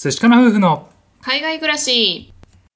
寿司かな夫婦の海外暮らし。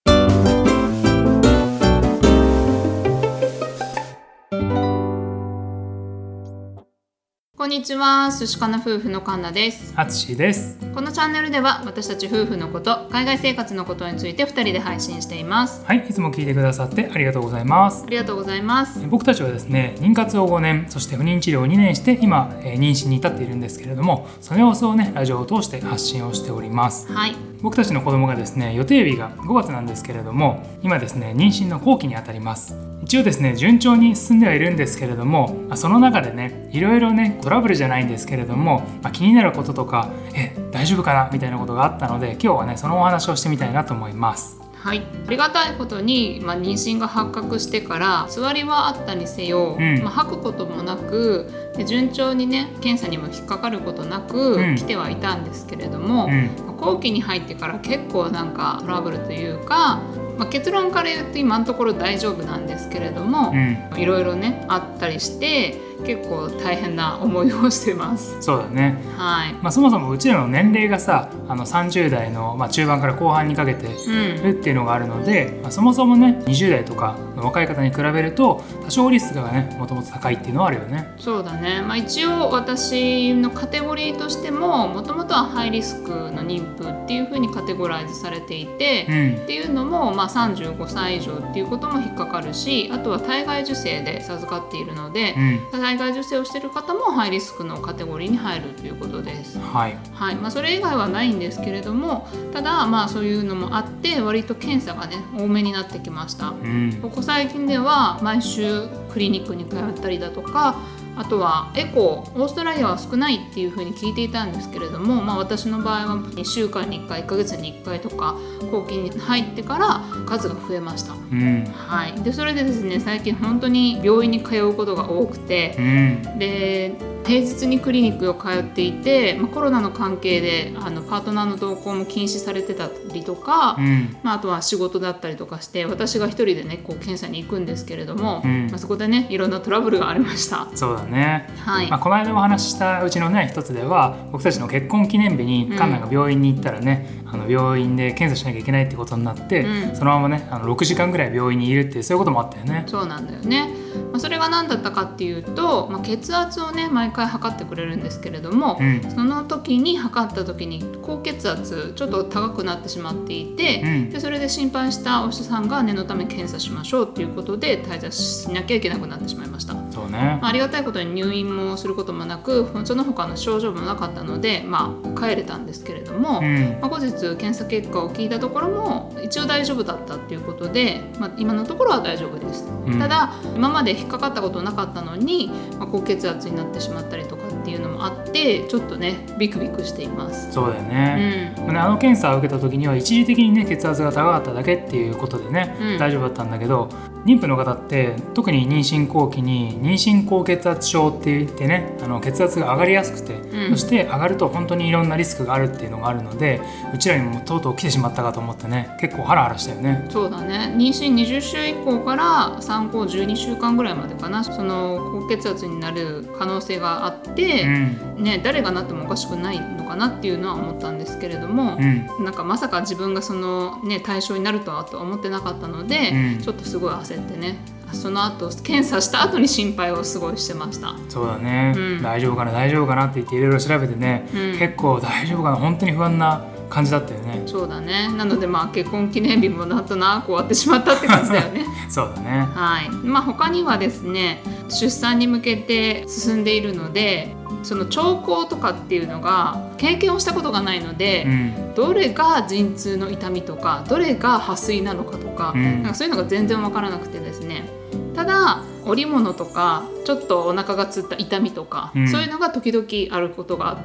こんにちは、寿司かな夫婦のカンナです。 あつしです。 このチャンネルでは私たち夫婦のこと、海外生活のことについて2人で配信しています。 はい、いつも聞いてくださってありがとうございます。 ありがとうございます。 僕たちはですね、妊活を5年、そして不妊治療を2年して今、妊娠に至っているんですけれども、その様子をね、ラジオを通して発信をしております。 はい。 僕たちの子供がですね、予定日が5月なんですけれども、今ですね、妊娠の後期にあたります。一応ですね、順調に進んではいるんですけれども、その中でね、いろいろね、トラブルじゃないんですけれども、気になることとか、大丈夫かなみたいなことがあったので、今日はね、そのお話をしてみたいなと思います。 はい、ありがたいことに、妊娠が発覚してからつわりはあったにせよ、吐くこともなくで順調にね検査にも引っかかることなく、来てはいたんですけれども、後期に入ってから結構なんかトラブルというか、結論から言うと今のところ大丈夫なんですけれども、いろいろねあったりして結構大変な思いをしてます。 そうだね、 はい。 そもそもうちらの年齢がさ30代の、中盤から後半にかけてるっていうのがあるので、そもそもね20代とかの若い方に比べると多少リスクがねもともと高いっていうのはあるよね。 そうだね、一応私のカテゴリーとしてももともとはハイリスクの妊婦っていう風にカテゴライズされていて、っていうのも、35歳以上っていうことも引っかかるし、あとは体外受精で授かっているので、体外受精をしている方もハイリスクのカテゴリーに入るということです。 はい、 はい。それ以外はないんですけれども、ただそういうのもあって割と検査がね多めになってきました。ここ最近では毎週クリニックに通ったりだとか、あとはエコー、オーストラリアは少ないっていう風に聞いていたんですけれども、私の場合は2週間に1回1ヶ月に1回とか後期に入ってから数が増えました。はい。でそれでですね、最近本当に病院に通うことが多くて、で平日にクリニックを通っていて、コロナの関係でパートナーの同行も禁止されてたりとか、あとは仕事だったりとかして私が一人でねこう検査に行くんですけれども、そこでねいろんなトラブルがありました。 そうだね、 はい。 この間お話ししたうちのね一つでは、僕たちの結婚記念日にカンナが病院に行ったらね、病院で検査しなきゃいけないってことになって、そのままね6時間ぐらい病院にいるっていうそういうこともあったよね。 そうなんだよね。それが何だったかっていうと、血圧をね毎回測ってくれるんですけれども、その時に測った時に高血圧ちょっと高くなってしまっていて、でそれで心配したお医者さんが念のため検査しましょうっていうことで滞在しなきゃいけなくなってしまいました。 そうね。 ありがたいことに入院もすることもなく、その他の症状もなかったので、帰れたんですけれども、後日検査結果を聞いたところも一応大丈夫だったっていうことで、今のところは大丈夫です。ただ今まで引っかかったことなかったのに、高血圧になってしまったりとかっていうのもあってちょっとねビクビクしています。 そうだよね、検査を受けた時には一時的にね血圧が高かっただけっていうことでね、大丈夫だったんだけど、妊婦の方って特に妊娠後期に妊娠高血圧症って言ってね血圧が上がりやすくて、そして上がると本当にいろんなリスクがあるっていうのがあるので、うちらにもとうとう来てしまったかと思ってね結構ハラハラしたよね。 そうだね。妊娠20週以降から産後12週間ぐらいまでかな、その高血圧になる可能性があって、誰がなってもおかしくないのかなっていうのは思ったんですけれども、なんかまさか自分がその、対象になるとは思ってなかったので、ちょっとすごい焦ってね、その後検査した後に心配をすごいしてました。 そうだね、大丈夫かな大丈夫かなって言っていろいろ調べてね、結構大丈夫かな本当に不安な感じだったよね。 そうだね。なので結婚記念日もなんとなく終わってしまったって感じだよね。 そうだね。 はい。他にはですね、出産に向けて進んでいるので、その兆候とかっていうのが経験をしたことがないので、どれが陣痛の痛みとかどれが破水なのかとか、なんかそういうのが全然わからなくてですね、ただ織物とかちょっとお腹がつった痛みとか、そういうのが時々あることがあって、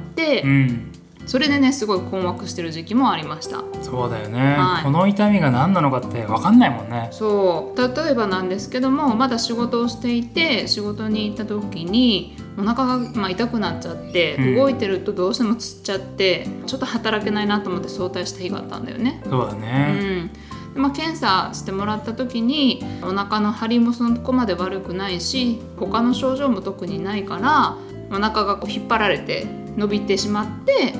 それでねすごい困惑してる時期もありました。 そうだよね、この痛みが何なのかって分かんないもんね。 そう、例えばなんですけども、まだ仕事をしていて仕事に行った時にお腹が痛くなっちゃって、動いてるとどうしてもつっちゃってちょっと働けないなと思って早退した日があったんだよね。 そうだね、 検査してもらった時にお腹の張りもそこまで悪くないし他の症状も特にないから、お腹が引っ張られて伸びてしまって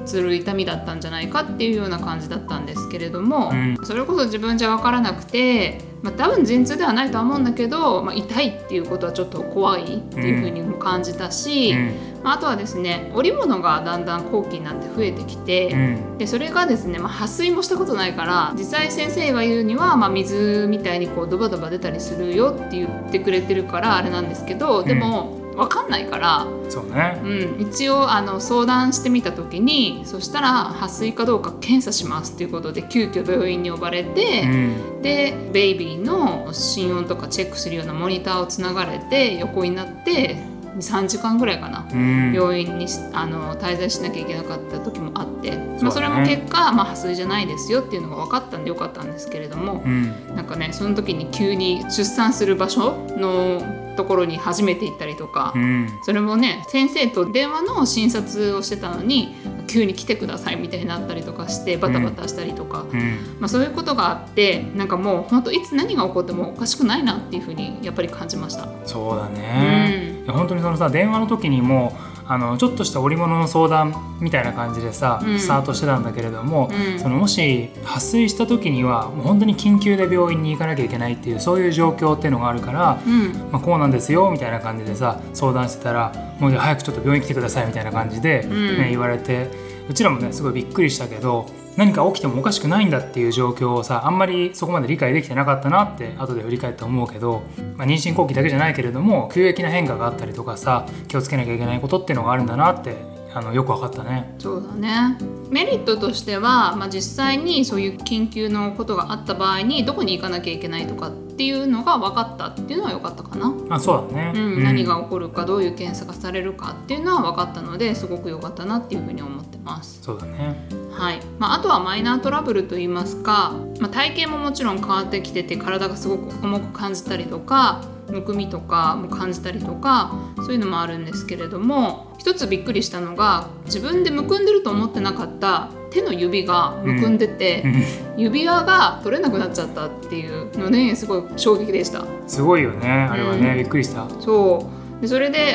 する痛みだったんじゃないかっていうような感じだったんですけれども、それこそ自分じゃ分からなくて、多分陣痛ではないとは思うんだけど、痛いっていうことはちょっと怖いっていうふうにも感じたし、あとはですね、織物がだんだん後期になって増えてきて、でそれがですね、破水もしたことないから、実際先生が言うには、水みたいにこうドバドバ出たりするよって言ってくれてるからあれなんですけど、でも分かんないから、 そうね、 一応相談してみた時に、そしたら破水かどうか検査しますっていうことで急遽病院に呼ばれて、でベイビーの心音とかチェックするようなモニターをつながれて横になって2、3時間ぐらいかな、病院に滞在しなきゃいけなかった時もあって、それも結果、破水じゃないですよっていうのが分かったんでよかったんですけれども、なんかね、その時に急に出産する場所のところに初めて行ったりとか、それもね、先生と電話の診察をしてたのに急に来てくださいみたいになったりとかしてバタバタしたりとか、そういうことがあって、なんかもう本当いつ何が起こってもおかしくないなっていうふうにやっぱり感じました。 そうだね、本当にそのさ、電話の時にもちょっとした織物の相談みたいな感じでさ、スタートしてたんだけれども、もし破水した時にはもう本当に緊急で病院に行かなきゃいけないっていう、そういう状況っていうのがあるから、こうなんですよみたいな感じでさ相談してたら、もうじゃあ早くちょっと病院来てくださいみたいな感じで、言われて、うちらもねすごいびっくりしたけど、何か起きてもおかしくないんだっていう状況をさ、あんまりそこまで理解できてなかったなって後で振り返って思うけど、妊娠後期だけじゃないけれども急激な変化があったりとかさ、気をつけなきゃいけないことっていうのがあるんだなってよく分かったね。 そうだね。メリットとしては、実際にそういう緊急のことがあった場合にどこに行かなきゃいけないとかっていうのが分かったっていうのは良かったかな。 そうだね、 何が起こるか、どういう検査がされるかっていうのは分かったので、すごく良かったなっていうふうに思ってます。 そうだね。 はい。あとはマイナートラブルといいますか、体型ももちろん変わってきてて、体がすごく重く感じたりとか、むくみとかも感じたりとか、そういうのもあるんですけれども、一つびっくりしたのが、自分でむくんでると思ってなかった手の指がむくんでて、指輪が取れなくなっちゃったっていうのね、すごい衝撃でした。 すごいよね、あれはね、びっくりした。 そうで、それで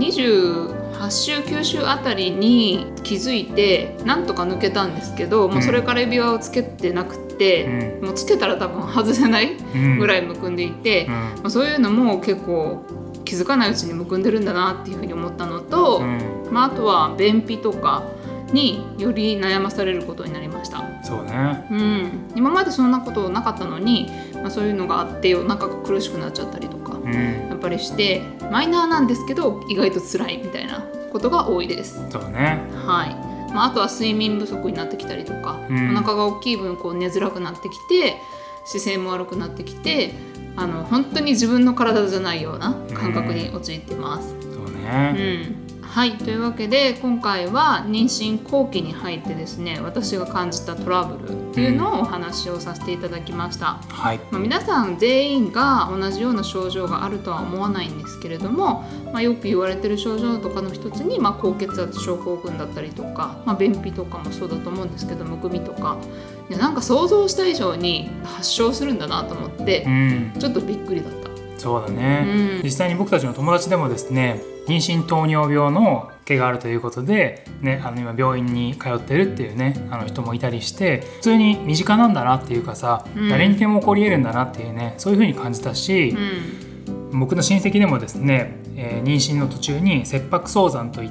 28週9週あたりに気づいてなんとか抜けたんですけど、もうそれから指輪をつけてなくて、もうつけたら多分外せないぐらいむくんでいて、そういうのも結構気づかないうちにむくんでるんだなっていうふうに思ったのと、あとは便秘とかにより悩まされることになりました。 そうね、 今までそんなことなかったのに、そういうのがあってお腹が苦しくなっちゃったりとか、やっぱりしてマイナーなんですけど意外と辛いみたいなことが多いです。 そうね。 はい。あとは睡眠不足になってきたりとか、お腹が大きい分こう寝づらくなってきて、姿勢も悪くなってきて、本当に自分の体じゃないような感覚に陥っています。 そうね。 はい、というわけで今回は妊娠後期に入ってですね、私が感じたトラブルっていうのをお話をさせていただきました。皆さん全員が同じような症状があるとは思わないんですけれども、よく言われてる症状とかの一つに、高血圧症候群だったりとか、便秘とかもそうだと思うんですけど、むくみとか、なんか想像した以上に発症するんだなと思って、ちょっとびっくりだった。 そうだね、実際に僕たちの友達でもですね、妊娠糖尿病の毛があるということで、今病院に通ってるっていうね、人もいたりして、普通に身近なんだなっていうかさ、誰にでも起こり得るんだなっていうね、そういう風に感じたし、僕の親戚でもですね、妊娠の途中に切迫早産といって、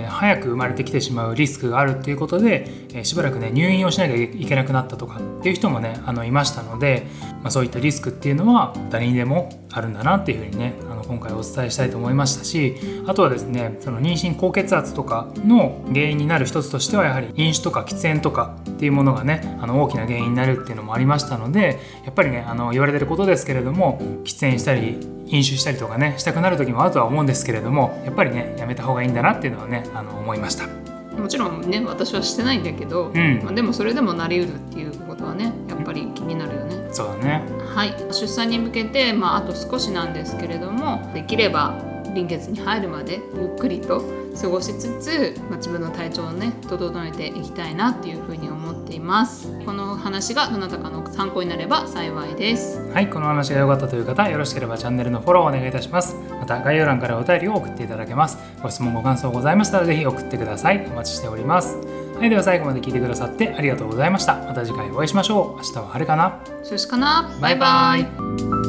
早く生まれてきてしまうリスクがあるっていうことで、しばらくね入院をしなきゃいけなくなったとかっていう人もねいましたので、そういったリスクっていうのは誰にでもあるんだなっていうふうにね今回お伝えしたいと思いましたし、あとはですね、その妊娠高血圧とかの原因になる一つとしては、やはり飲酒とか喫煙とかっていうものがね大きな原因になるっていうのもありましたので、やっぱりね言われてることですけれども、喫煙したり飲酒したりとかねしたくなる時もあるとは思うんですけれども、やっぱりねやめた方がいいんだなっていうのはね思いました。 もちろんね私はしてないんだけど、でもそれでもなりうるっていうことはねやっぱり気になるよね。 そうだね。 はい、出産に向けて、あと少しなんですけれども、できれば臨月に入るまでゆっくりと過ごしつつ、自分の体調をね整えていきたいなっていうふうに思っています。この話がどなたかの参考になれば幸いです。 はい、この話が良かったという方、よろしければチャンネルのフォローをお願いいたします。また概要欄からお便りを送っていただけます。ご質問ご感想ございましたらぜひ送ってください。お待ちしております。 はい、では最後まで聞いてくださってありがとうございました。また次回お会いしましょう。明日は晴れかな？ 寿司かな？ バイバイ。